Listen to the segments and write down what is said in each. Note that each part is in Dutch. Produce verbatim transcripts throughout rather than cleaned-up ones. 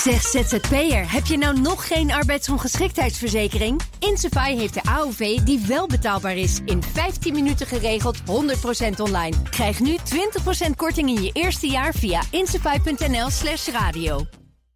Zeg Z Z P'er, heb je nou nog geen arbeidsongeschiktheidsverzekering? Insafai heeft de A O V die wel betaalbaar is. In vijftien minuten geregeld, honderd procent online. Krijg nu twintig procent korting in je eerste jaar via insafai.nl slash radio.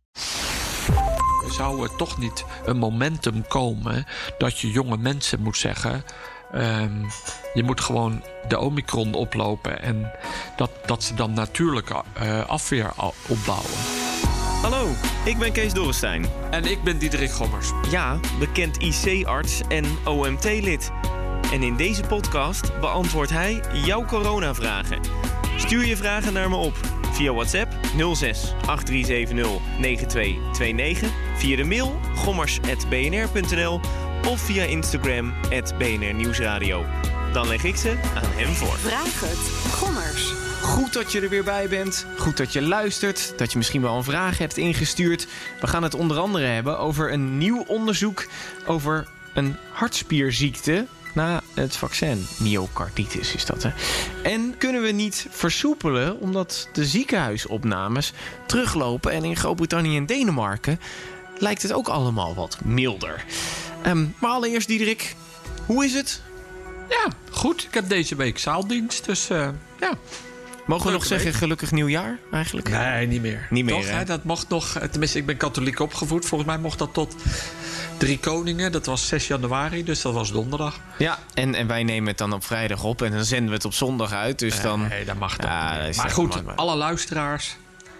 Zou er toch niet een momentum komen dat je jonge mensen moet zeggen... Um, je moet gewoon de Omicron oplopen en dat, dat ze dan natuurlijke uh, afweer opbouwen. Hallo, ik ben Kees Dorrestein. En ik ben Diederik Gommers. Ja, bekend I C-arts en O M T-lid. En in deze podcast beantwoordt hij jouw coronavragen. Stuur je vragen naar me op via WhatsApp nul zes acht drie zeven nul negen twee twee negen, via de mail gommers apenstaartje b n r punt n l of via Instagram at B N R Nieuwsradio. Dan leg ik ze aan hem voor. Vraag het, Gommers. Goed dat je er weer bij bent. Goed dat je luistert. Dat je misschien wel een vraag hebt ingestuurd. We gaan het onder andere hebben over een nieuw onderzoek over een hartspierziekte na het vaccin. Myocarditis is dat, hè? En kunnen we niet versoepelen omdat de ziekenhuisopnames teruglopen en in Groot-Brittannië en Denemarken lijkt het ook allemaal wat milder. Um, maar allereerst, Diederik, hoe is het? Ja, goed. Ik heb deze week zaaldienst, dus uh, ja. Mogen we nog zeggen gelukkig nieuwjaar eigenlijk? Nee, niet meer. Niet meer, Toch, hè? Dat mocht nog, tenminste, ik ben katholiek opgevoed. Volgens mij mocht dat tot Drie Koningen. Dat was zes januari, dus dat was donderdag. Ja, en, en wij nemen het dan op vrijdag op en dan zenden we het op zondag uit. Dus nee, dan... nee, dat mag toch ja, niet. Dat maar goed, maar... alle luisteraars,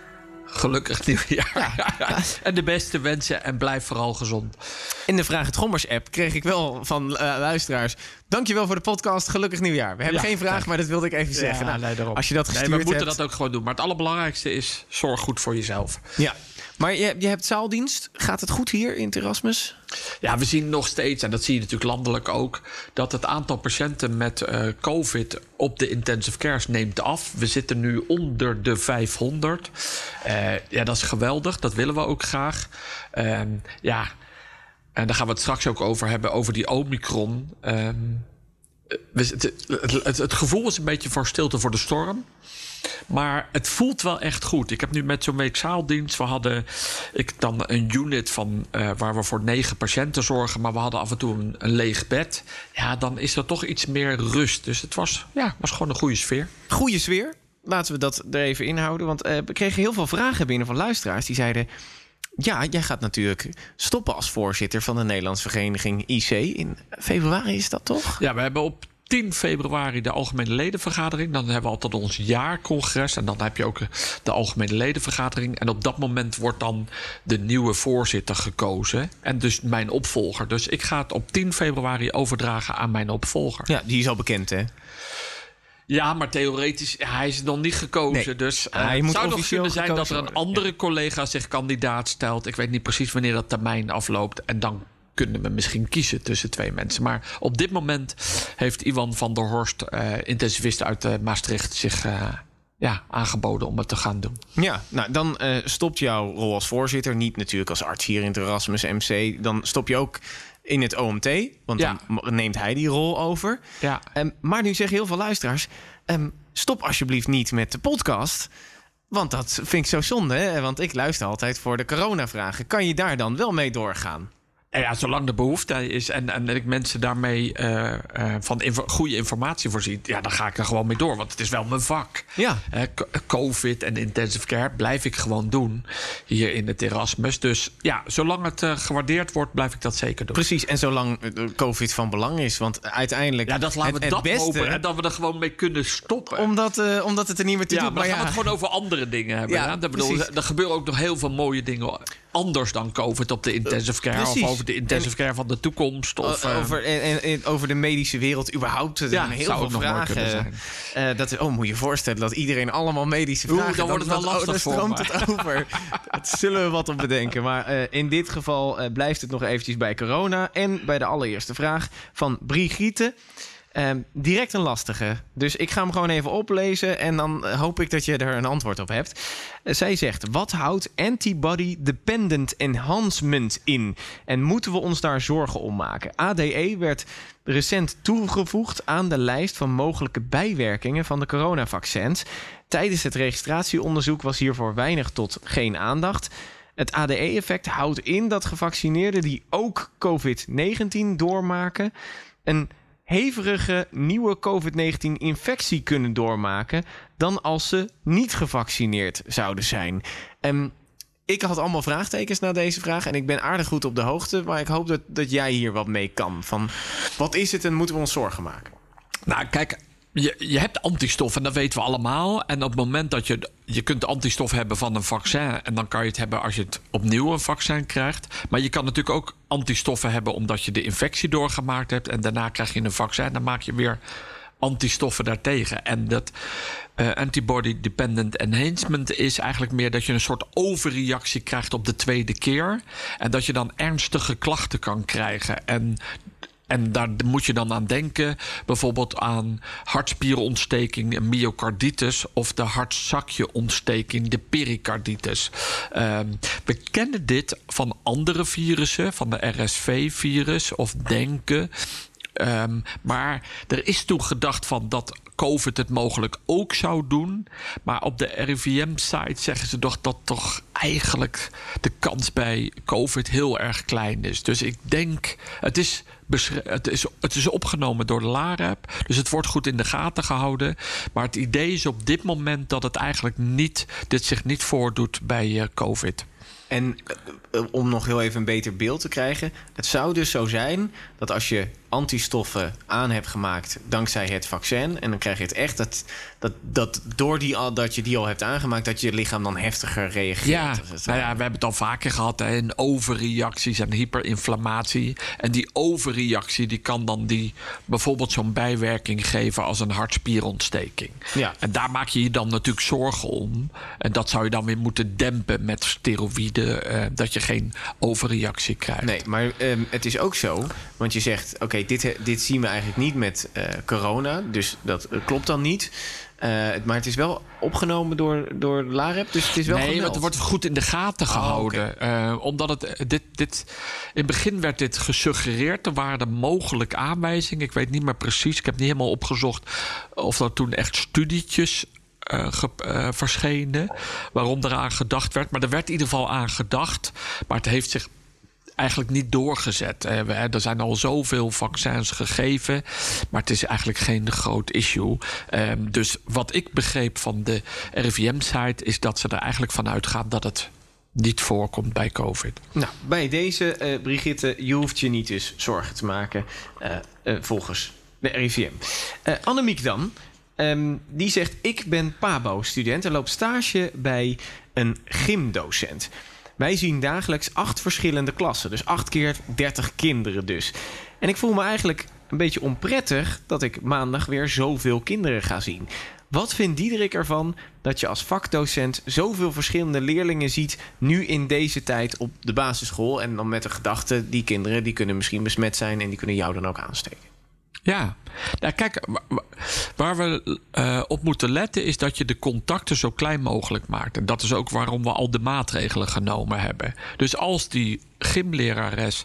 gelukkig nieuwjaar. Ja. Ja. En de beste wensen en blijf vooral gezond. In de Vraag het Gommers-app kreeg ik wel van uh, luisteraars... Dankjewel voor de podcast, gelukkig nieuwjaar. We hebben ja, geen vraag, ja. maar dat wilde ik even zeggen. Ja, nou, nee, als je dat gestuurd nee, we moeten hebt... dat ook gewoon doen. Maar het allerbelangrijkste is, zorg goed voor jezelf. Ja, maar je, je hebt zaaldienst. Gaat het goed hier in het Erasmus? Ja, we zien nog steeds, en dat zie je natuurlijk landelijk ook... dat het aantal patiënten met uh, COVID op de intensive cares neemt af. We zitten nu onder de vijfhonderd. Uh, ja, dat is geweldig. Dat willen we ook graag. Uh, ja, en daar gaan we het straks ook over hebben, over die Omicron... Uh, Het, het, het, het gevoel is een beetje voor stilte voor de storm. Maar het voelt wel echt goed. Ik heb nu met zo'n week zaaldienst... we hadden ik dan een unit van, uh, waar we voor negen patiënten zorgen... maar we hadden af en toe een, een leeg bed. Ja, dan is er toch iets meer rust. Dus het was, ja, was gewoon een goede sfeer. Goede sfeer. Laten we dat er even inhouden. Want uh, we kregen heel veel vragen binnen van luisteraars. Die zeiden... Ja, jij gaat natuurlijk stoppen als voorzitter van de Nederlandse Vereniging I C. In februari is dat toch? Ja, we hebben op tien februari de algemene ledenvergadering. Dan hebben we altijd ons jaarcongres. En dan heb je ook de algemene ledenvergadering. En op dat moment wordt dan de nieuwe voorzitter gekozen. En dus mijn opvolger. Dus ik ga het op tien februari overdragen aan mijn opvolger. Ja, die is al bekend, hè? Ja, maar theoretisch, ja, hij is nog niet gekozen. Nee. Dus uh, hij het moet zou nog kunnen zijn dat er een worden. andere Ja. collega zich kandidaat stelt. Ik weet niet precies wanneer dat termijn afloopt. En dan kunnen we misschien kiezen tussen twee mensen. Maar op dit moment heeft Iwan van der Horst, uh, intensivist uit uh, Maastricht, zich uh, ja, aangeboden om het te gaan doen. Ja, nou dan uh, stopt jouw rol als voorzitter. Niet natuurlijk als arts hier in het Erasmus M C. Dan stop je ook in het O M T. Want Ja. dan neemt hij die rol over. Ja. Um, maar nu zeggen heel veel luisteraars... Um, stop alsjeblieft niet met de podcast. Want dat vind ik zo zonde. Hè? Want ik luister altijd voor de coronavragen. Kan je daar dan wel mee doorgaan? En ja, zolang de behoefte is en, en ik mensen daarmee uh, uh, van info- goede informatie voorzien... ja, dan ga ik er gewoon mee door, want het is wel mijn vak. Ja. Uh, COVID en intensive care blijf ik gewoon doen hier in het Erasmus. Dus ja, zolang het uh, gewaardeerd wordt, blijf ik dat zeker doen. Precies, en zolang uh, COVID van belang is. Want uiteindelijk... Ja, dat laten we het, dat het beste, hopen. En dat we er gewoon mee kunnen stoppen. Omdat, uh, omdat het er niet meer te ja, doen. maar dan Maar gaan ja, we het gewoon over andere dingen hebben. Ja, Ja, dat bedoel, precies. er gebeuren ook nog heel veel mooie dingen anders dan COVID op de intensive care. Precies. Of over de intensive care van de toekomst. Of, uh, over, en, en, over de medische wereld überhaupt. Er Ja, zijn heel zou veel ook nog mooi vragen. kunnen Uh, dat, oh, moet je voorstellen dat iedereen allemaal medische Oeh, vragen... dan wordt het wel dat, lastig oh, voor dan me. stroomt het over. Dat zullen we wat op bedenken. Maar uh, in dit geval uh, blijft het nog eventjes bij corona. En bij de allereerste vraag van Brigitte. Uh, direct een lastige. Dus ik ga hem gewoon even oplezen... en dan hoop ik dat je er een antwoord op hebt. Uh, zij zegt, wat houdt antibody-dependent enhancement in? En moeten we ons daar zorgen om maken? A D E werd recent toegevoegd aan de lijst van mogelijke bijwerkingen van de coronavaccins. Tijdens het registratieonderzoek was hiervoor weinig tot geen aandacht. Het A D E-effect houdt in dat gevaccineerden die ook covid negentien doormaken een hevige nieuwe covid negentien-infectie kunnen doormaken dan als ze niet gevaccineerd zouden zijn. En ik had allemaal vraagtekens na deze vraag en ik ben aardig goed op de hoogte, maar ik hoop dat, dat jij hier wat mee kan. Van, wat is het en moeten we ons zorgen maken? Nou, kijk, je, je hebt antistoffen, dat weten we allemaal. En op het moment dat je... Je kunt antistof hebben van een vaccin en dan kan je het hebben als je het opnieuw een vaccin krijgt. Maar je kan natuurlijk ook antistoffen hebben omdat je de infectie doorgemaakt hebt en daarna krijg je een vaccin en dan maak je weer antistoffen daartegen. En dat uh, antibody-dependent enhancement is eigenlijk meer dat je een soort overreactie krijgt op de tweede keer. En dat je dan ernstige klachten kan krijgen. En, en daar moet je dan aan denken. Bijvoorbeeld aan hartspierontsteking, een myocarditis of de hartzakjeontsteking, de pericarditis. Uh, we kennen dit van andere virussen, van de R S V-virus of denken. Um, maar er is toen gedacht van dat COVID het mogelijk ook zou doen. Maar op de R I V M-site zeggen ze toch dat toch eigenlijk de kans bij COVID heel erg klein is. Dus ik denk, het is, het is, het is opgenomen door de LAREP. Dus het wordt goed in de gaten gehouden. Maar het idee is op dit moment dat het eigenlijk niet, dit zich niet voordoet bij uh, COVID. En uh, om nog heel even een beter beeld te krijgen, het zou dus zo zijn dat als je antistoffen aan hebt gemaakt dankzij het vaccin, en dan krijg je het echt dat, dat, dat door die al, dat je die al hebt aangemaakt, dat je lichaam dan heftiger reageert. Ja, nou ja, we hebben het al vaker gehad, hè, een overreacties en hyperinflammatie. En die overreactie die kan dan die bijvoorbeeld zo'n bijwerking geven als een hartspierontsteking. Ja. En daar maak je je dan natuurlijk zorgen om. En dat zou je dan weer moeten dempen met steroïden, uh, dat je geen overreactie krijgt. Nee, maar um, het is ook zo, want je zegt, oké, okay, dit, dit zien we eigenlijk niet met uh, corona, dus dat uh, klopt dan niet. Uh, maar het is wel opgenomen door, door LAREP, dus het is wel nee, gemeld. Nee, het wordt goed in de gaten gehouden. Oh, okay. uh, omdat het, dit, dit, in het begin werd dit gesuggereerd. Er waren er mogelijk aanwijzingen. Ik weet niet meer precies. Ik heb niet helemaal opgezocht of er toen echt studietjes Uh, ge, uh, verschenen waarom eraan gedacht werd. Maar er werd in ieder geval aan gedacht. Maar het heeft zich eigenlijk niet doorgezet. Uh, we, er zijn al zoveel vaccins gegeven, maar het is eigenlijk geen groot issue. Um, dus wat ik begreep van de R I V M-site is dat ze er eigenlijk van uitgaan dat het niet voorkomt bij COVID. Nou, bij deze, uh, Brigitte, je hoeft je niet dus zorgen te maken uh, uh, volgens de R I V M. Uh, Annemiek dan. Um, die zegt, ik ben Pabo-student en loop stage bij een gymdocent. Wij zien dagelijks acht verschillende klassen. Dus acht keer dertig kinderen dus. En ik voel me eigenlijk een beetje onprettig dat ik maandag weer zoveel kinderen ga zien. Wat vindt Diederik ervan dat je als vakdocent zoveel verschillende leerlingen ziet nu in deze tijd op de basisschool? En dan met de gedachte, die kinderen die kunnen misschien besmet zijn en die kunnen jou dan ook aansteken. Ja, nou, kijk, waar we uh, op moeten letten is dat je de contacten zo klein mogelijk maakt. En dat is ook waarom we al de maatregelen genomen hebben. Dus als die gymlerares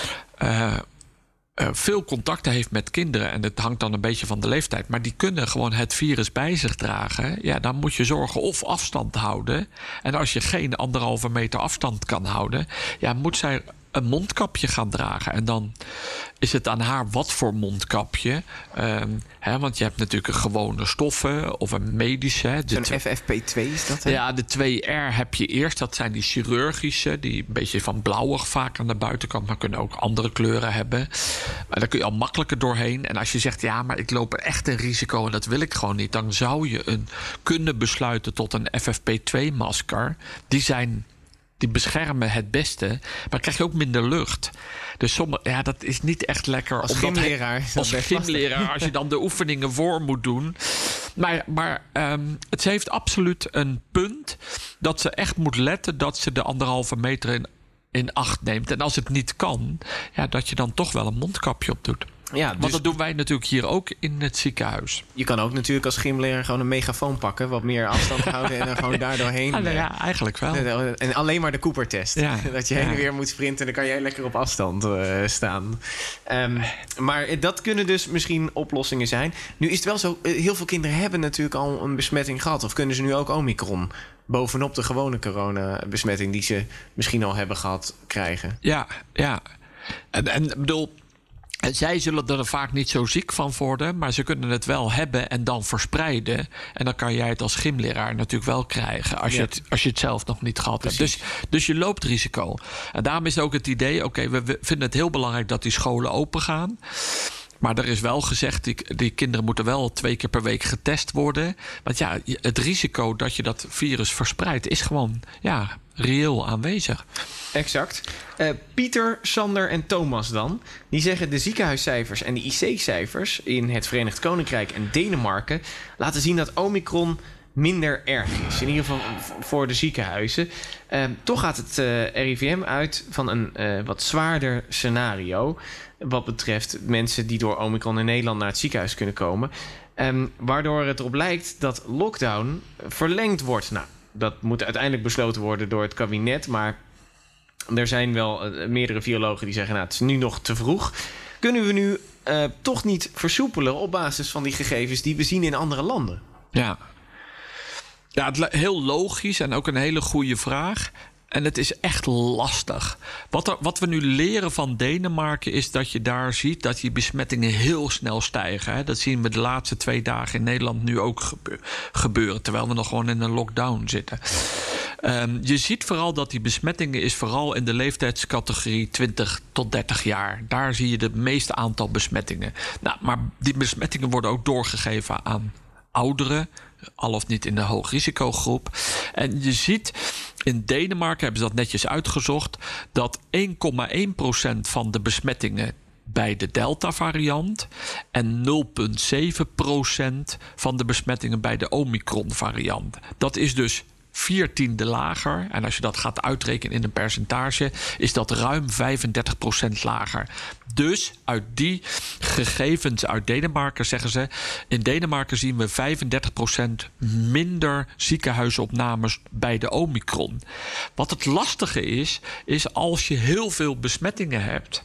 uh, uh, veel contacten heeft met kinderen, en het hangt dan een beetje van de leeftijd, maar die kunnen gewoon het virus bij zich dragen, ja, dan moet je zorgen of afstand houden. En als je geen anderhalve meter afstand kan houden, ja, moet zij een mondkapje gaan dragen. En dan is het aan haar wat voor mondkapje. Um, hè, want je hebt natuurlijk een gewone stoffen of een medische. Zo'n F F P twee is dat? Hè? Ja, de twee R heb je eerst. Dat zijn die chirurgische, die een beetje van blauwig vaak aan de buitenkant, maar kunnen ook andere kleuren hebben. Maar daar kun je al makkelijker doorheen. En als je zegt, ja, maar ik loop er echt een risico en dat wil ik gewoon niet, dan zou je een kunnen besluiten tot een F F P twee masker. Die zijn Die beschermen het beste, maar dan krijg je ook minder lucht. Dus sommige, ja, dat is niet echt lekker. Als gymleraar. Als gymleraar, als je dan de oefeningen voor moet doen. Maar, maar um, het heeft absoluut een punt dat ze echt moet letten dat ze de anderhalve meter in, in acht neemt. En als het niet kan, ja, dat je dan toch wel een mondkapje op doet. Ja, dus want dat doen wij natuurlijk hier ook in het ziekenhuis. Je kan ook natuurlijk als gymleraar gewoon een megafoon pakken, wat meer afstand houden en dan gewoon daar doorheen. Ja, nou ja, eigenlijk wel. En alleen maar de Cooper-test. Ja, dat je heen en ja. weer moet sprinten, dan kan jij lekker op afstand uh, staan. Um, maar dat kunnen dus misschien oplossingen zijn. Nu is het wel zo, heel veel kinderen hebben natuurlijk al een besmetting gehad. Of kunnen ze nu ook Omicron bovenop de gewone coronabesmetting die ze misschien al hebben gehad krijgen. Ja, ja. En, en ik bedoel, zij zullen er vaak niet zo ziek van worden, maar ze kunnen het wel hebben en dan verspreiden. En dan kan jij het als gymleraar natuurlijk wel krijgen als, ja. je, het, als je het zelf nog niet gehad hebt. Dus, dus je loopt risico. En daarom is ook het idee, oké, okay, we, we vinden het heel belangrijk dat die scholen open gaan. Maar er is wel gezegd, die, die kinderen moeten wel twee keer per week getest worden. Want ja, het risico dat je dat virus verspreidt is gewoon ja, reëel aanwezig. Exact. Uh, Pieter, Sander en Thomas dan. Die zeggen de ziekenhuiscijfers en de I C-cijfers in het Verenigd Koninkrijk en Denemarken laten zien dat Omicron minder erg is. In ieder geval voor de ziekenhuizen. Uh, toch gaat het uh, R I V M uit van een uh, wat zwaarder scenario wat betreft mensen die door Omicron in Nederland naar het ziekenhuis kunnen komen. Um, waardoor het erop lijkt dat lockdown verlengd wordt. Nou, dat moet uiteindelijk besloten worden door het kabinet, maar er zijn wel uh, meerdere virologen die zeggen, nou, het is nu nog te vroeg. Kunnen we nu uh, toch niet versoepelen op basis van die gegevens die we zien in andere landen? Ja, ja, het heel logisch en ook een hele goede vraag. En het is echt lastig. Wat, er, wat we nu leren van Denemarken is dat je daar ziet dat die besmettingen heel snel stijgen. Hè. Dat zien we de laatste twee dagen in Nederland nu ook gebeuren, terwijl we nog gewoon in een lockdown zitten. Um, je ziet vooral dat die besmettingen is vooral in de leeftijdscategorie twintig tot dertig jaar. Daar zie je het meeste aantal besmettingen. Nou, maar die besmettingen worden ook doorgegeven aan ouderen, al of niet in de hoogrisicogroep. En je ziet, in Denemarken hebben ze dat netjes uitgezocht, dat één komma één procent van de besmettingen bij de Delta-variant en nul komma zeven procent van de besmettingen bij de Omicron-variant. Dat is dus vier tiende lager. En als je dat gaat uitrekenen in een percentage, is dat ruim vijfendertig procent lager. Dus uit die gegevens uit Denemarken zeggen ze, in Denemarken zien we vijfendertig procent minder ziekenhuisopnames bij de Omicron. Wat het lastige is, is als je heel veel besmettingen hebt,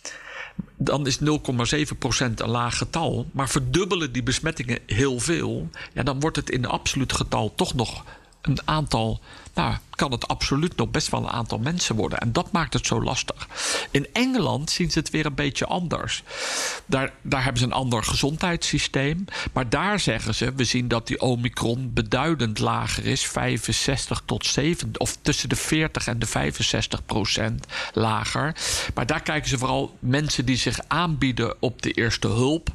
dan is nul komma zeven procent een laag getal. Maar verdubbelen die besmettingen heel veel, ja, dan wordt het in absoluut getal toch nog een aantal, nou, kan het absoluut nog best wel een aantal mensen worden. En dat maakt het zo lastig. In Engeland zien ze het weer een beetje anders. Daar, daar hebben ze een ander gezondheidssysteem. Maar daar zeggen ze, we zien dat die Omicron beduidend lager is. vijfenzestig tot zeventig, of tussen de veertig en de vijfenzestig procent lager. Maar daar kijken ze vooral mensen die zich aanbieden op de eerste hulp.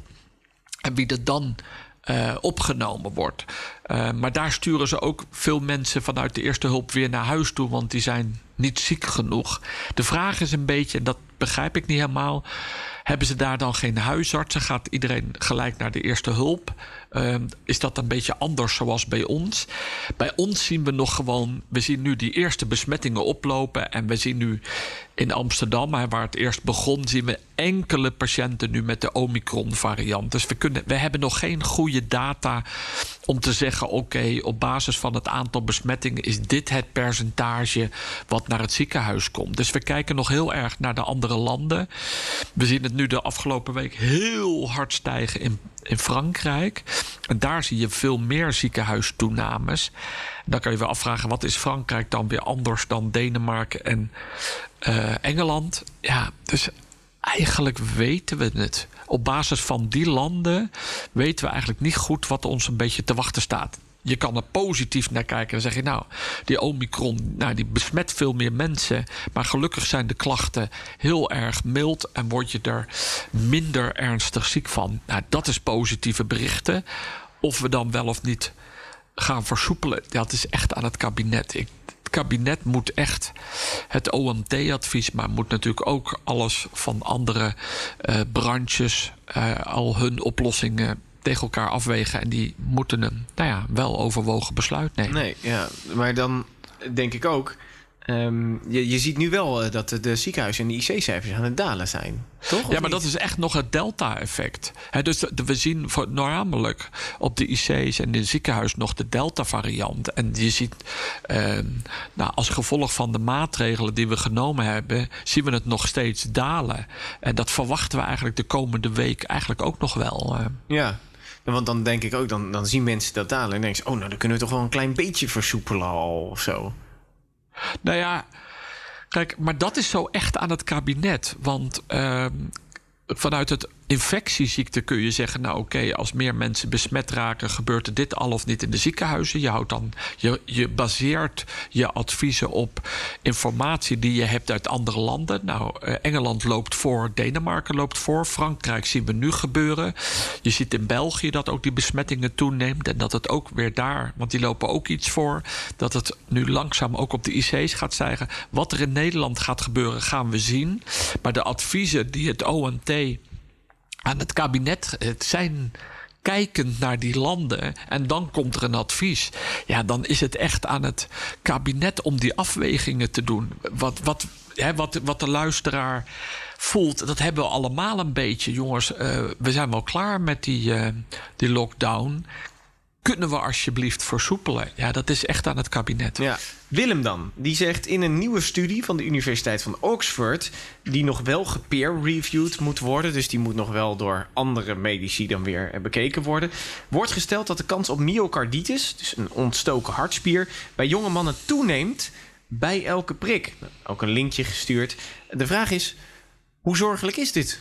En wie er dan Uh, opgenomen wordt. Uh, maar daar sturen ze ook veel mensen vanuit de eerste hulp weer naar huis toe, want die zijn niet ziek genoeg. De vraag is een beetje, en dat begrijp ik niet helemaal, hebben ze daar dan geen huisartsen? Gaat iedereen gelijk naar de eerste hulp? Uh, is dat een beetje anders zoals bij ons? Bij ons zien we nog gewoon, we zien nu die eerste besmettingen oplopen en we zien nu in Amsterdam, waar het eerst begon, zien we enkele patiënten nu met de Omicron-variant. Dus we, kunnen, we hebben nog geen goede data om te zeggen, oké, okay, op basis van het aantal besmettingen is dit het percentage wat naar het ziekenhuis komt. Dus we kijken nog heel erg naar de andere landen. We zien het nu de afgelopen week heel hard stijgen in, in Frankrijk. En daar zie je veel meer ziekenhuistoenames. Dan kan je wel afvragen, wat is Frankrijk dan weer anders dan Denemarken en uh, Engeland? Ja, dus eigenlijk weten we het. Op basis van die landen weten we eigenlijk niet goed wat ons een beetje te wachten staat. Je kan er positief naar kijken en dan zeg je, nou, die Omicron, nou, die besmet veel meer mensen, maar gelukkig zijn de klachten heel erg mild en word je er minder ernstig ziek van. Nou, dat is positieve berichten. Of we dan wel of niet gaan versoepelen, dat is echt aan het kabinet. Ik, het kabinet moet echt het O M T-advies, maar moet natuurlijk ook alles van andere uh, branches, uh, al hun oplossingen tegen elkaar afwegen. En die moeten een nou ja, wel overwogen besluit nemen. Nee, ja, maar dan denk ik ook, Um, je, je ziet nu wel uh, dat de, de ziekenhuizen en de I C-cijfers aan het dalen zijn. Toch? Ja, maar niet? Dat is echt nog het Delta-effect. He, dus de, we zien voornamelijk op de I C's en in het ziekenhuis nog de Delta-variant. En je ziet, uh, nou, als gevolg van de maatregelen die we genomen hebben, zien we het nog steeds dalen. En dat verwachten we eigenlijk de komende week eigenlijk ook nog wel. Uh. Ja. Want dan denk ik ook, dan, dan zien mensen dat dalen en denken ze, oh, nou, dan kunnen we toch wel een klein beetje versoepelen al of zo. Nou ja, kijk, maar dat is zo echt aan het kabinet. Want uh, vanuit het infectieziekte kun je zeggen, nou oké, okay, als meer mensen besmet raken, gebeurt er dit al of niet in de ziekenhuizen. Je houdt dan, je, je baseert je adviezen op informatie die je hebt uit andere landen. Nou, uh, Engeland loopt voor, Denemarken loopt voor, Frankrijk zien we nu gebeuren. Je ziet in België dat ook die besmettingen toeneemt en dat het ook weer daar, want die lopen ook iets voor, dat het nu langzaam ook op de I C's gaat stijgen. Wat er in Nederland gaat gebeuren, gaan we zien. Maar de adviezen die het O M T aan het kabinet, het zijn kijkend naar die landen en dan komt er een advies. Ja, dan is het echt aan het kabinet om die afwegingen te doen. Wat, wat, hè, wat, wat de luisteraar voelt, dat hebben we allemaal een beetje. Jongens, uh, we zijn wel klaar met die, uh, die lockdown. Kunnen we alsjeblieft versoepelen? Ja, dat is echt aan het kabinet. Ja. Willem dan, die zegt in een nieuwe studie van de Universiteit van Oxford, die nog wel gepeer-reviewed moet worden, dus die moet nog wel door andere medici dan weer bekeken worden, wordt gesteld dat de kans op myocarditis, dus een ontstoken hartspier, bij jonge mannen toeneemt bij elke prik. Ook een linkje gestuurd. De vraag is, hoe zorgelijk is dit?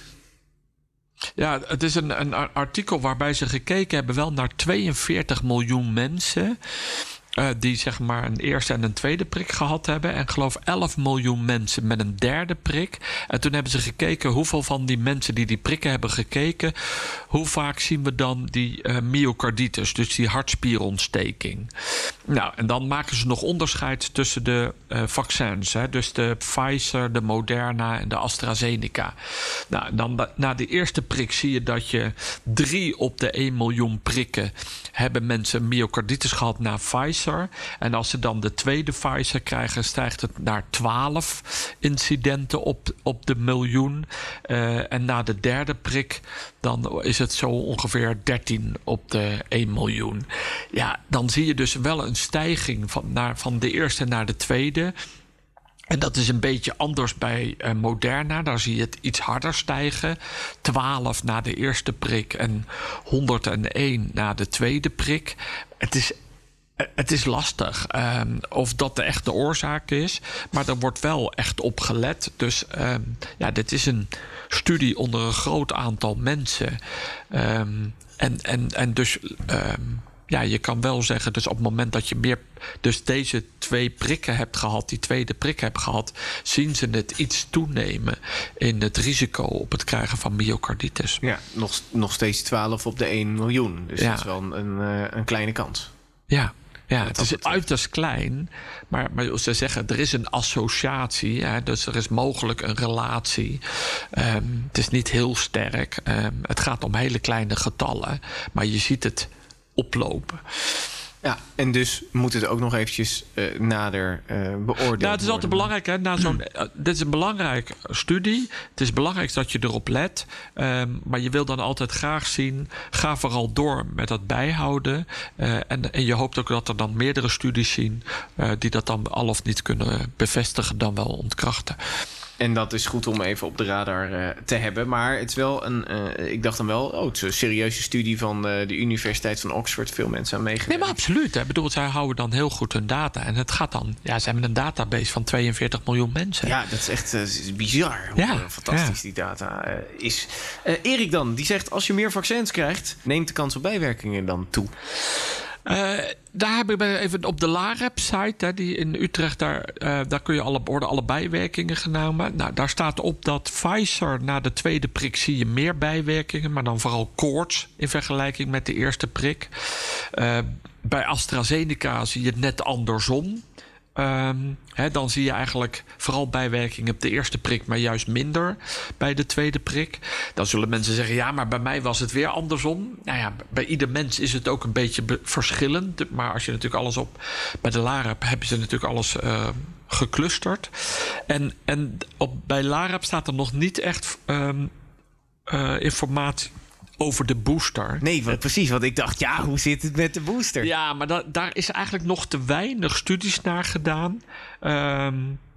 Ja, het is een, een artikel waarbij ze gekeken hebben wel naar tweeënveertig miljoen mensen Uh, die zeg maar een eerste en een tweede prik gehad hebben. En ik geloof elf miljoen mensen met een derde prik. En toen hebben ze gekeken hoeveel van die mensen die die prikken hebben gekeken, hoe vaak zien we dan die uh, myocarditis, dus die hartspierontsteking. Nou, en dan maken ze nog onderscheid tussen de uh, vaccins. Hè, dus de Pfizer, de Moderna en de AstraZeneca. Nou, dan na de eerste prik zie je dat je drie op de één miljoen prikken hebben mensen myocarditis gehad na Pfizer. En als ze dan de tweede Pfizer krijgen, stijgt het naar twaalf incidenten op, op de miljoen. Uh, en na de derde prik, dan is het zo ongeveer dertien op de één miljoen. Ja, dan zie je dus wel een stijging van, naar, van de eerste naar de tweede. En dat is een beetje anders bij uh, Moderna. Daar zie je het iets harder stijgen. twaalf na de eerste prik en honderdéén na de tweede prik. Het is Het is lastig um, of dat de echte oorzaak is. Maar er wordt wel echt op gelet. Dus um, ja, dit is een studie onder een groot aantal mensen. Um, en, en, en dus um, ja, je kan wel zeggen, dus op het moment dat je meer, dus deze twee prikken hebt gehad, die tweede prik hebt gehad, zien ze het iets toenemen in het risico op het krijgen van myocarditis. Ja, nog, nog steeds twaalf op de één miljoen. Dus ja, dat is wel een, een, een kleine kans. Ja. Ja, het is uiterst klein, maar, maar ze zeggen er is een associatie, hè, dus er is mogelijk een relatie. Um, het is niet heel sterk. Um, het gaat om hele kleine getallen, maar je ziet het oplopen. Ja, en dus moet het ook nog eventjes uh, nader uh, beoordeeld worden. Nou, het is altijd belangrijk, hè, na zo'n, uh, dit is een belangrijke studie. Het is belangrijk dat je erop let. Um, maar je wil dan altijd graag zien, ga vooral door met dat bijhouden. Uh, en, en je hoopt ook dat er dan meerdere studies zien uh, die dat dan al of niet kunnen bevestigen, dan wel ontkrachten. En dat is goed om even op de radar uh, te hebben. Maar het is wel een. Uh, ik dacht dan wel, oh, het is een serieuze studie van uh, de Universiteit van Oxford. Veel mensen aan meegewerkt. Nee, maar absoluut. Ik bedoel, zij houden dan heel goed hun data. En het gaat dan. Ja, ze hebben een database van tweeënveertig miljoen mensen. Ja, dat is echt uh, is bizar hoe ja, fantastisch ja. die data uh, is. Uh, Erik dan, die zegt: als je meer vaccins krijgt, neemt de kans op bijwerkingen dan toe. Uh, daar heb ik even op de LAREP-site, die in Utrecht, daar, uh, daar kun je alle, worden alle bijwerkingen genomen. Nou, daar staat op dat Pfizer na de tweede prik zie je meer bijwerkingen, maar dan vooral koorts in vergelijking met de eerste prik. Uh, bij AstraZeneca zie je het net andersom. Um, he, dan zie je eigenlijk vooral bijwerkingen op de eerste prik, maar juist minder bij de tweede prik. Dan zullen mensen zeggen, ja, maar bij mij was het weer andersom. Nou ja, bij ieder mens is het ook een beetje be- verschillend. Maar als je natuurlijk alles op, bij de LAREP hebben ze natuurlijk alles uh, geclusterd. En, en op, bij LAREP staat er nog niet echt um, uh, informatie over de booster. Nee, wat, precies. Want ik dacht, ja, hoe zit het met de booster? Ja, maar da- daar is eigenlijk nog te weinig studies naar gedaan. Um,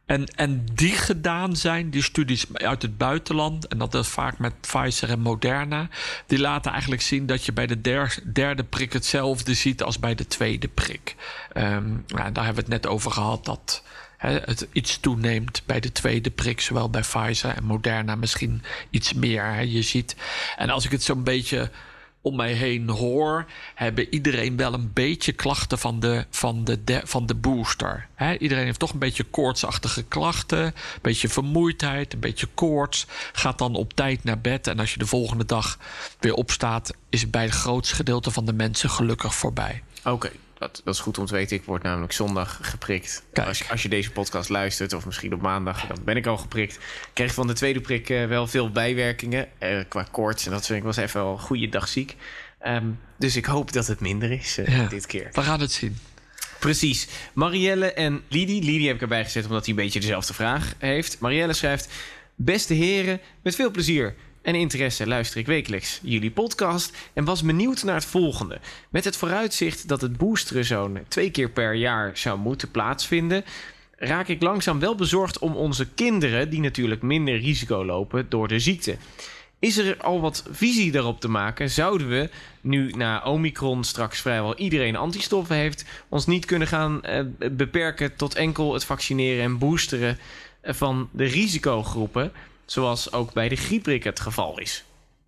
En, en die gedaan zijn, die studies uit het buitenland, en dat is vaak met Pfizer en Moderna, die laten eigenlijk zien dat je bij de der, derde prik hetzelfde ziet als bij de tweede prik. Um, nou, daar hebben we het net over gehad, dat he, het iets toeneemt bij de tweede prik, zowel bij Pfizer en Moderna misschien iets meer. He, je ziet, en als ik het zo'n beetje om mij heen hoor, hebben iedereen wel een beetje klachten van de, van de, de, van de booster. He, iedereen heeft toch een beetje koortsachtige klachten, een beetje vermoeidheid, een beetje koorts. Gaat dan op tijd naar bed en als je de volgende dag weer opstaat, is het bij het grootste gedeelte van de mensen gelukkig voorbij. Oké, okay, dat, dat is goed om te weten. Ik word namelijk zondag geprikt. Als je, als je deze podcast luistert, of misschien op maandag, dan ben ik al geprikt. Ik kreeg van de tweede prik uh, wel veel bijwerkingen uh, qua koorts. En dat vind ik was even wel een goede dag ziek. Um, dus ik hoop dat het minder is uh, ja, dit keer. We gaan het zien. Precies. Marielle en Lidie. Lidie heb ik erbij gezet omdat hij een beetje dezelfde vraag heeft. Marielle schrijft: beste heren, met veel plezier en interesse luister ik wekelijks jullie podcast en was benieuwd naar het volgende. Met het vooruitzicht dat het boosteren zo'n twee keer per jaar zou moeten plaatsvinden, raak ik langzaam wel bezorgd om onze kinderen, die natuurlijk minder risico lopen door de ziekte. Is er al wat visie daarop te maken? Zouden we, nu na Omicron straks vrijwel iedereen antistoffen heeft, ons niet kunnen gaan uh, beperken tot enkel het vaccineren en boosteren van de risicogroepen, zoals ook bij de griepprik het geval is?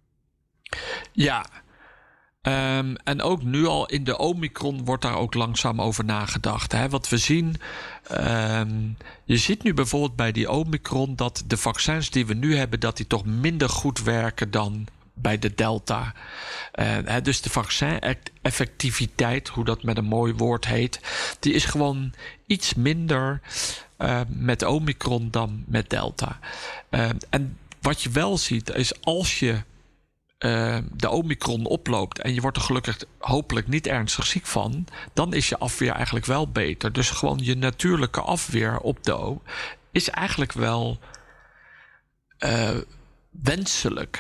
Ja, um, en ook nu al in de Omicron wordt daar ook langzaam over nagedacht. Hè? Wat we zien, um, je ziet nu bijvoorbeeld bij die Omicron dat de vaccins die we nu hebben, dat die toch minder goed werken dan bij de Delta. Uh, hè, dus de vaccin-effectiviteit, hoe dat met een mooi woord heet, die is gewoon iets minder Uh, met Omicron dan met Delta. Uh, en wat je wel ziet is als je uh, de Omicron oploopt en je wordt er gelukkig hopelijk niet ernstig ziek van, dan is je afweer eigenlijk wel beter. Dus gewoon je natuurlijke afweer op de O is eigenlijk wel uh, wenselijk.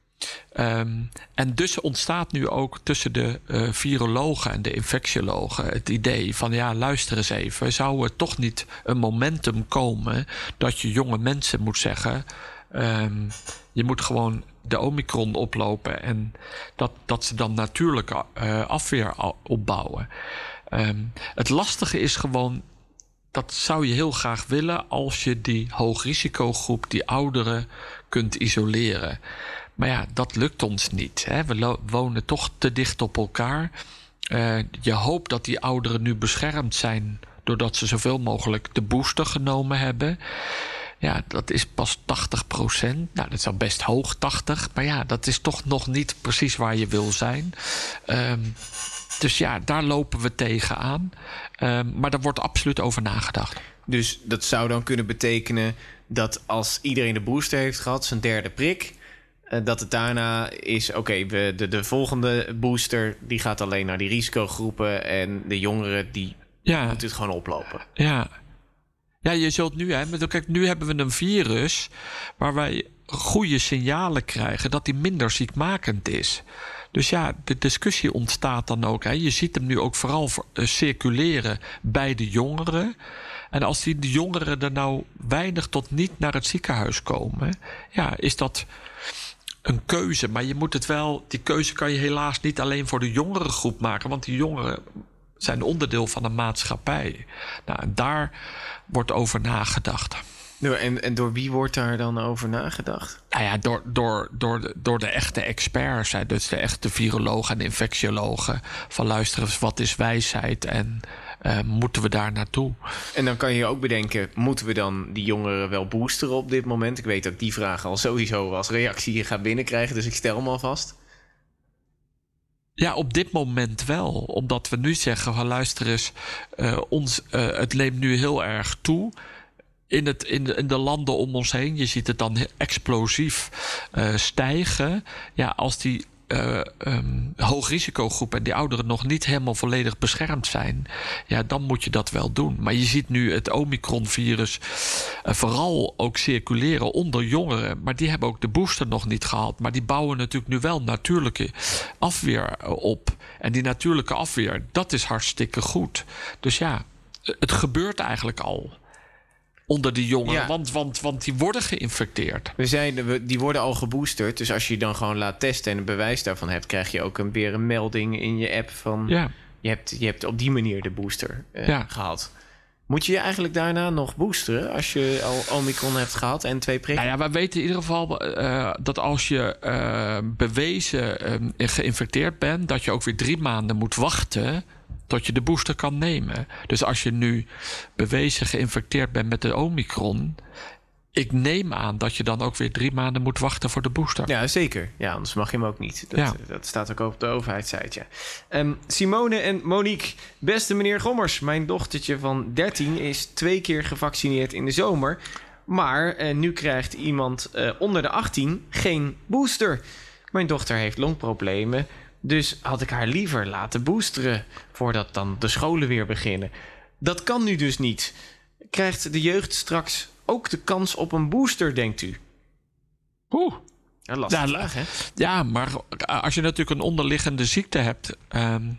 Um, en dus ontstaat nu ook tussen de uh, virologen en de infectiologen het idee van ja, luister eens even, zou er toch niet een momentum komen dat je jonge mensen moet zeggen, um, je moet gewoon de Omicron oplopen en dat, dat ze dan natuurlijke uh, afweer opbouwen. Um, het lastige is gewoon, dat zou je heel graag willen als je die hoogrisicogroep, die ouderen, kunt isoleren. Maar ja, dat lukt ons niet. Hè. We lo- wonen toch te dicht op elkaar. Uh, je hoopt dat die ouderen nu beschermd zijn doordat ze zoveel mogelijk de booster genomen hebben. Ja, dat is pas tachtig procent. Nou, dat is al best hoog, tachtig. Maar ja, dat is toch nog niet precies waar je wil zijn. Um, dus ja, daar lopen we tegenaan. Um, maar daar wordt absoluut over nagedacht. Dus dat zou dan kunnen betekenen dat als iedereen de booster heeft gehad, zijn derde prik, dat het daarna is, oké, okay, de, de volgende booster die gaat alleen naar die risicogroepen en de jongeren die ja. moeten het gewoon oplopen. Ja, ja, je zult nu, hè, met, kijk, nu hebben we een virus waar wij goede signalen krijgen dat die minder ziekmakend is. Dus ja, de discussie ontstaat dan ook. Hè. Je ziet hem nu ook vooral uh, circuleren bij de jongeren. En als die de jongeren er nou weinig tot niet naar het ziekenhuis komen, ja, is dat een keuze. Maar je moet het wel, die keuze kan je helaas niet alleen voor de jongere groep maken, want die jongeren zijn onderdeel van een maatschappij. Nou, en daar wordt over nagedacht. En, en door wie wordt daar dan over nagedacht? Nou ja, door, door, door, de, door de echte experts. Hè, dus de echte virologen en infectiologen. Van luisteren, wat is wijsheid en uh, moeten we daar naartoe? En dan kan je ook bedenken, moeten we dan die jongeren wel boosteren op dit moment? Ik weet dat ik die vraag al sowieso als reactie ga binnenkrijgen, dus ik stel hem alvast. Ja, op dit moment wel. Omdat we nu zeggen, van luister eens, uh, ons, uh, het neemt nu heel erg toe. In, het, in, de, in de landen om ons heen, je ziet het dan explosief uh, stijgen. Ja, als die uh, um, hoogrisicogroepen en die ouderen nog niet helemaal volledig beschermd zijn, ja, dan moet je dat wel doen. Maar je ziet nu het Omicron-virus uh, vooral ook circuleren onder jongeren. Maar die hebben ook de booster nog niet gehad. Maar die bouwen natuurlijk nu wel natuurlijke afweer op. En die natuurlijke afweer, dat is hartstikke goed. Dus ja, het gebeurt eigenlijk al. onder die jongeren. Ja. Want, want, want die worden geïnfecteerd. We zijn, we, die worden al geboosterd. Dus als je dan gewoon laat testen en een bewijs daarvan hebt, krijg je ook een, weer een melding in je app van Ja. je, hebt, je hebt op die manier de booster uh, Ja. gehad. Moet je je eigenlijk daarna nog boosteren als je al Omicron hebt gehad en twee prikken? Nou ja, wij weten in ieder geval uh, dat als je uh, bewezen uh, geïnfecteerd bent, dat je ook weer drie maanden moet wachten tot je de booster kan nemen. Dus als je nu bewezen geïnfecteerd bent met de Omicron, ik neem aan dat je dan ook weer drie maanden moet wachten voor de booster. Ja, zeker. Ja, anders mag je hem ook niet. Dat, Ja. dat staat ook op de overheidssite, ja. Um, Simone en Monique. Beste meneer Gommers, mijn dochtertje van dertien is twee keer gevaccineerd in de zomer. Maar uh, nu krijgt iemand uh, onder de achttien geen booster. Mijn dochter heeft longproblemen, dus had ik haar liever laten boosteren voordat dan de scholen weer beginnen. Dat kan nu dus niet. Krijgt de jeugd straks ook de kans op een booster, denkt u? Oeh. Ja, lastige Ja, vraag, hè? Ja, maar als je natuurlijk een onderliggende ziekte hebt um,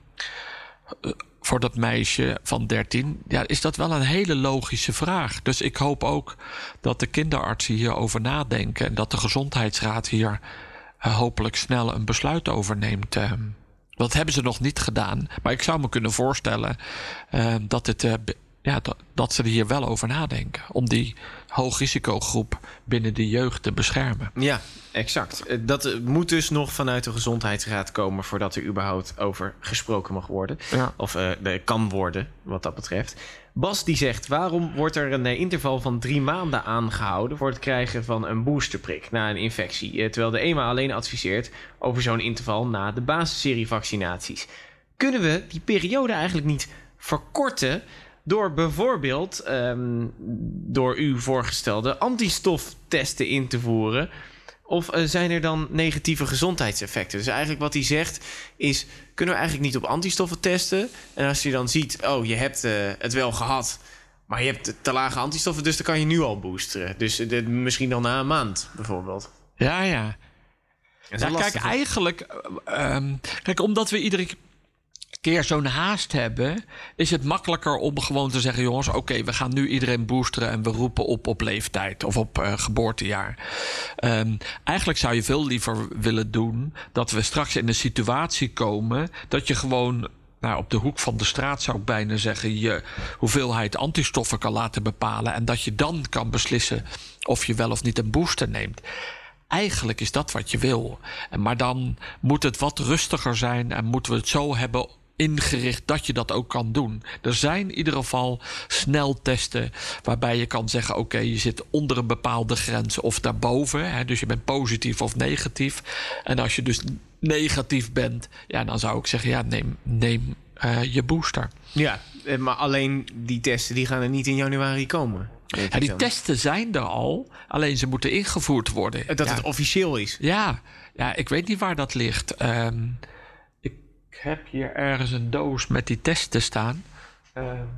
voor dat meisje van dertien, ja, is dat wel een hele logische vraag. Dus ik hoop ook dat de kinderartsen hierover nadenken en dat de gezondheidsraad hier uh, hopelijk snel een besluit over neemt. Uh, dat hebben ze nog niet gedaan, maar ik zou me kunnen voorstellen uh, dat het. Uh, Ja, dat, dat ze er hier wel over nadenken. Om die hoogrisicogroep binnen de jeugd te beschermen. Ja, exact. Dat moet dus nog vanuit de gezondheidsraad komen voordat er überhaupt over gesproken mag worden. Ja. Of uh, kan worden, wat dat betreft. Bas die zegt, waarom wordt er een interval van drie maanden aangehouden voor het krijgen van een boosterprik na een infectie? Terwijl de E M A alleen adviseert over zo'n interval na de basisserie vaccinaties. Kunnen we die periode eigenlijk niet verkorten door bijvoorbeeld um, door u voorgestelde antistoftesten in te voeren? Of uh, zijn er dan negatieve gezondheidseffecten? Dus eigenlijk wat hij zegt is, kunnen we eigenlijk niet op antistoffen testen? En als je dan ziet, oh, je hebt uh, het wel gehad, maar je hebt te lage antistoffen, dus dan kan je nu al boosteren. Dus uh, de, misschien dan na een maand bijvoorbeeld. Ja, ja. Ja, Nou, kijk, eigenlijk, um, kijk, omdat we iedere keer zo'n haast hebben, is het makkelijker om gewoon te zeggen, jongens, oké, okay, we gaan nu iedereen boosteren en we roepen op op leeftijd of op uh, geboortejaar. Um, eigenlijk zou je veel liever willen doen dat we straks in een situatie komen dat je gewoon, nou, op de hoek van de straat zou ik bijna zeggen, je hoeveelheid antistoffen kan laten bepalen en dat je dan kan beslissen of je wel of niet een booster neemt. Eigenlijk is dat wat je wil. Maar dan moet het wat rustiger zijn en moeten we het zo hebben ingericht dat je dat ook kan doen. Er zijn in ieder geval sneltesten waarbij je kan zeggen, oké, okay, je zit onder een bepaalde grens of daarboven. Hè, dus je bent positief of negatief. En als je dus negatief bent, ja, dan zou ik zeggen, ja, neem, neem uh, je booster. Ja, maar alleen die testen die gaan er niet in januari komen. Ja, die testen zijn er al, alleen ze moeten ingevoerd worden. Dat ja. het officieel is. Ja, ja, ik weet niet waar dat ligt. Um, ik heb hier ergens een doos met die testen staan. Um,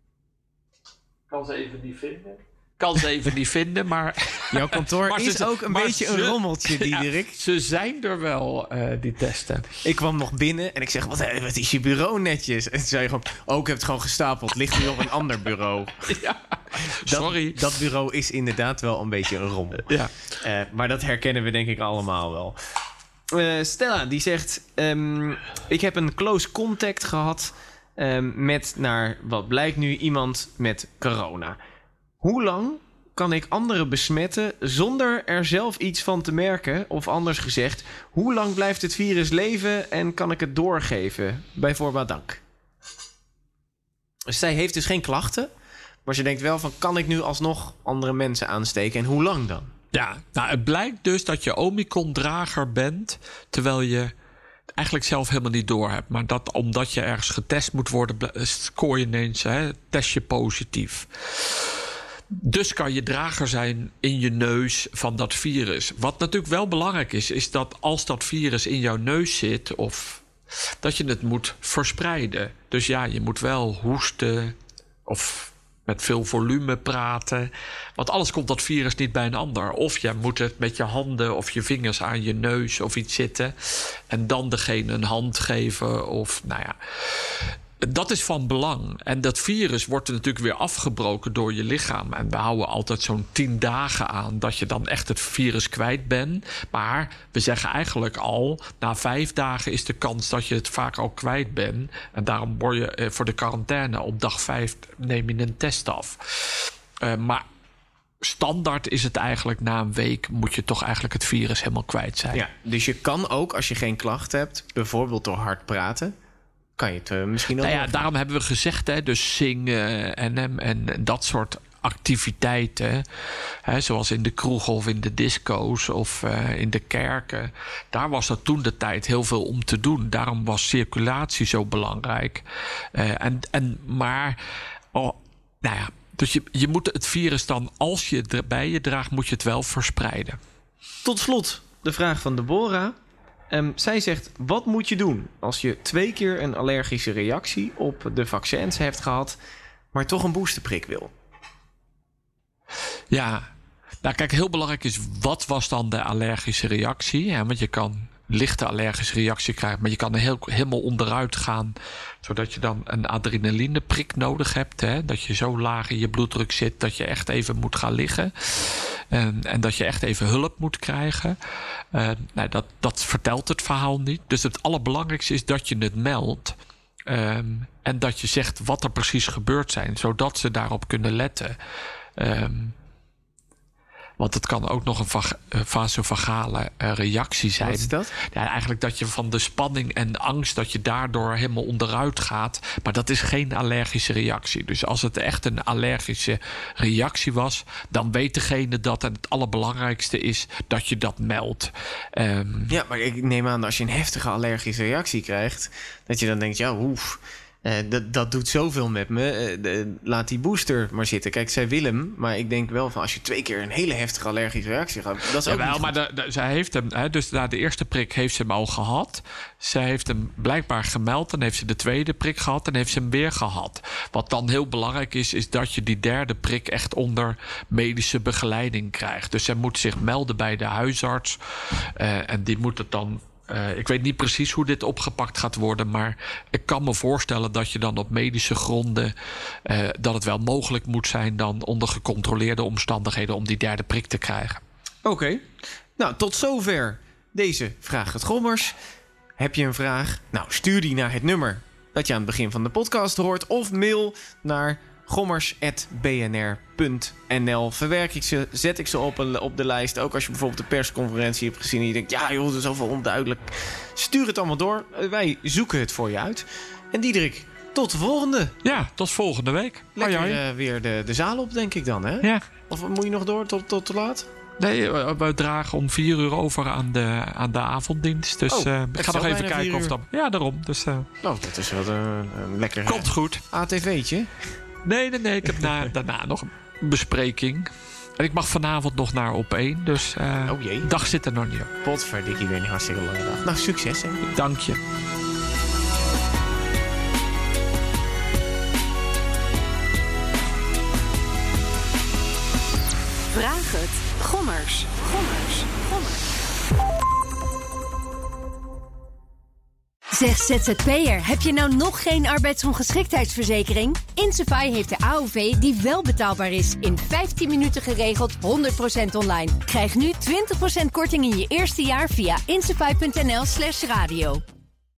kan ze even niet vinden. Kan ze even niet vinden, maar jouw kantoor maar is ze, ook een beetje ze, een rommeltje, Diederik. Ja, ze zijn er wel, uh, die testen. Ik kwam nog binnen en ik zeg, wat, wat is je bureau netjes? En toen zei je gewoon, oh, ik heb het gewoon gestapeld. Ligt nu op een ander bureau. Ja, sorry. Dat, dat bureau is inderdaad wel een beetje een rommel. Ja. Uh, maar dat herkennen we denk ik allemaal wel. Uh, Stella, die zegt, um, ik heb een close contact gehad um, met, naar wat blijkt nu, iemand met corona. Hoe lang kan ik anderen besmetten zonder er zelf iets van te merken? Of anders gezegd, hoe lang blijft het virus leven en kan ik het doorgeven? Bij voorbaat dank. Zij heeft dus geen klachten, maar ze denkt wel van, kan ik nu alsnog andere mensen aansteken? En hoe lang dan? Ja, nou, het blijkt dus dat je Omicron-drager bent, terwijl je eigenlijk zelf helemaal niet door hebt. Maar dat omdat je ergens getest moet worden, scoor je ineens, hè, test je positief. Dus kan je drager zijn in je neus van dat virus. Wat natuurlijk wel belangrijk is, is dat als dat virus in jouw neus zit, of dat je het moet verspreiden. Dus ja, je moet wel hoesten of met veel volume praten. Want anders komt dat virus niet bij een ander. Of je moet het met je handen of je vingers aan je neus of iets zitten en dan degene een hand geven. Of nou ja. dat is van belang. En dat virus wordt er natuurlijk weer afgebroken door je lichaam. En we houden altijd zo'n tien dagen aan dat je dan echt het virus kwijt bent. Maar we zeggen eigenlijk al, na vijf dagen is de kans dat je het vaak al kwijt bent. En daarom word je eh, voor de quarantaine op dag vijf neem je een test af. Uh, maar standaard is het eigenlijk na een week moet je toch eigenlijk het virus helemaal kwijt zijn. Ja, dus je kan ook, als je geen klachten hebt, bijvoorbeeld door hard praten, kan je het uh, misschien ook... Nou ja, daarom hebben we gezegd, hè, dus zingen en, en, en dat soort activiteiten, hè, zoals in de kroeg of in de disco's of uh, in de kerken. Daar was er toen de tijd heel veel om te doen. Daarom was circulatie zo belangrijk. Uh, en, en, maar, oh, nou ja, dus je, je moet het virus dan, als je het bij je draagt, moet je het wel verspreiden. Tot slot de vraag van Deborah. Um, zij zegt, wat moet je doen als je twee keer een allergische reactie op de vaccins hebt gehad, maar toch een boosterprik wil? Ja, nou kijk, heel belangrijk is, wat was dan de allergische reactie? Ja, want je kan lichte allergische reactie krijgen, maar je kan er heel, helemaal onderuit gaan, zodat je dan een adrenalineprik nodig hebt. Hè? Dat je zo laag in je bloeddruk zit dat je echt even moet gaan liggen. En, en dat je echt even hulp moet krijgen. Uh, nou, dat, dat vertelt het verhaal niet. Dus het allerbelangrijkste is dat je het meldt. Um, en dat je zegt wat er precies gebeurd zijn, zodat ze daarop kunnen letten. Um, Want het kan ook nog een vag- vasovagale uh, reactie zijn. Wat is dat? Ja, eigenlijk dat je van de spanning en de angst, dat je daardoor helemaal onderuit gaat. Maar dat is geen allergische reactie. Dus als het echt een allergische reactie was, dan weet degene dat. En het allerbelangrijkste is dat je dat meldt. Um, ja, maar ik neem aan dat als je een heftige allergische reactie krijgt, dat je dan denkt, ja, oef. Uh, dat, dat doet zoveel met me. Uh, de, laat die booster maar zitten. Kijk, zij wil hem. Maar ik denk wel van, als je twee keer een hele heftige allergische reactie gaat, dat is ook Jawel, niet maar de, de, zij heeft hem, hè, dus na de eerste prik heeft ze hem al gehad. Zij heeft hem blijkbaar gemeld. Dan heeft ze de tweede prik gehad en heeft ze hem weer gehad. Wat dan heel belangrijk is, is dat je die derde prik echt onder medische begeleiding krijgt. Dus zij moet zich melden bij de huisarts. Uh, en die moet het dan... Uh, ik weet niet precies hoe dit opgepakt gaat worden, maar ik kan me voorstellen dat je dan op medische gronden, uh, dat het wel mogelijk moet zijn dan onder gecontroleerde omstandigheden om die derde prik te krijgen. Oké. Okay. Nou, tot zover deze Vraag het Gommers. Heb je een vraag? Nou, stuur die naar het nummer dat je aan het begin van de podcast hoort, of mail naar gommers at b n r punt n l. Verwerk ik ze, zet ik ze op, een, op de lijst. Ook als je bijvoorbeeld de persconferentie hebt gezien en je denkt, ja joh, dat is zoveel onduidelijk. Stuur het allemaal door. Wij zoeken het voor je uit. En Diederik, tot de volgende. Ja, tot volgende week. Lekker hoi, hoi. Uh, weer de, de zaal op, denk ik dan, hè? Ja. Of moet je nog door tot, tot te laat? Nee, we dragen om vier uur over aan de, aan de avonddienst. Dus oh, uh, ik ga nog even kijken of dat... Ja, daarom. Dus, uh... oh, dat is wel een, een lekker... Komt goed. A T V'tje. Nee, nee, nee. Ik heb na, daarna nog een bespreking. En ik mag vanavond nog naar op één. Dus uh, oh jee. Dag zit er nog niet op. Potverdikkie, weer een hartstikke lange dag. Nou, succes hè. Dank je. Vraag het. Gommers. Gommers. Gommers. Zeg Z Z P'er, heb je nou nog geen arbeidsongeschiktheidsverzekering? Insafai heeft de A O V die wel betaalbaar is. In vijftien minuten geregeld, honderd procent online. Krijg nu twintig procent korting in je eerste jaar via insafai punt n l slash radio.